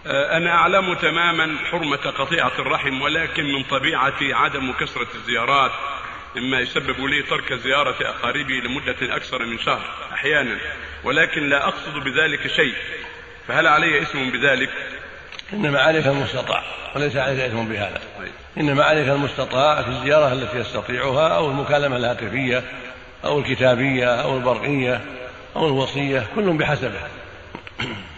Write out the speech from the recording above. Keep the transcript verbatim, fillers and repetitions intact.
أنا أعلم تماما حرمة قطيعة الرحم، ولكن من طبيعتي عدم كثرة الزيارات مما يسبب لي ترك زيارة أقاربي لمدة أكثر من شهر أحيانا، ولكن لا أقصد بذلك شيء، فهل علي اسم بذلك؟ إنما عليك المستطاع وليس عليك اسم بهذا. إنما عليك المستطاع في الزيارة التي يستطيعها، أو المكالمة الهاتفية أو الكتابية أو البرقية أو الوصية، كل بحسبه.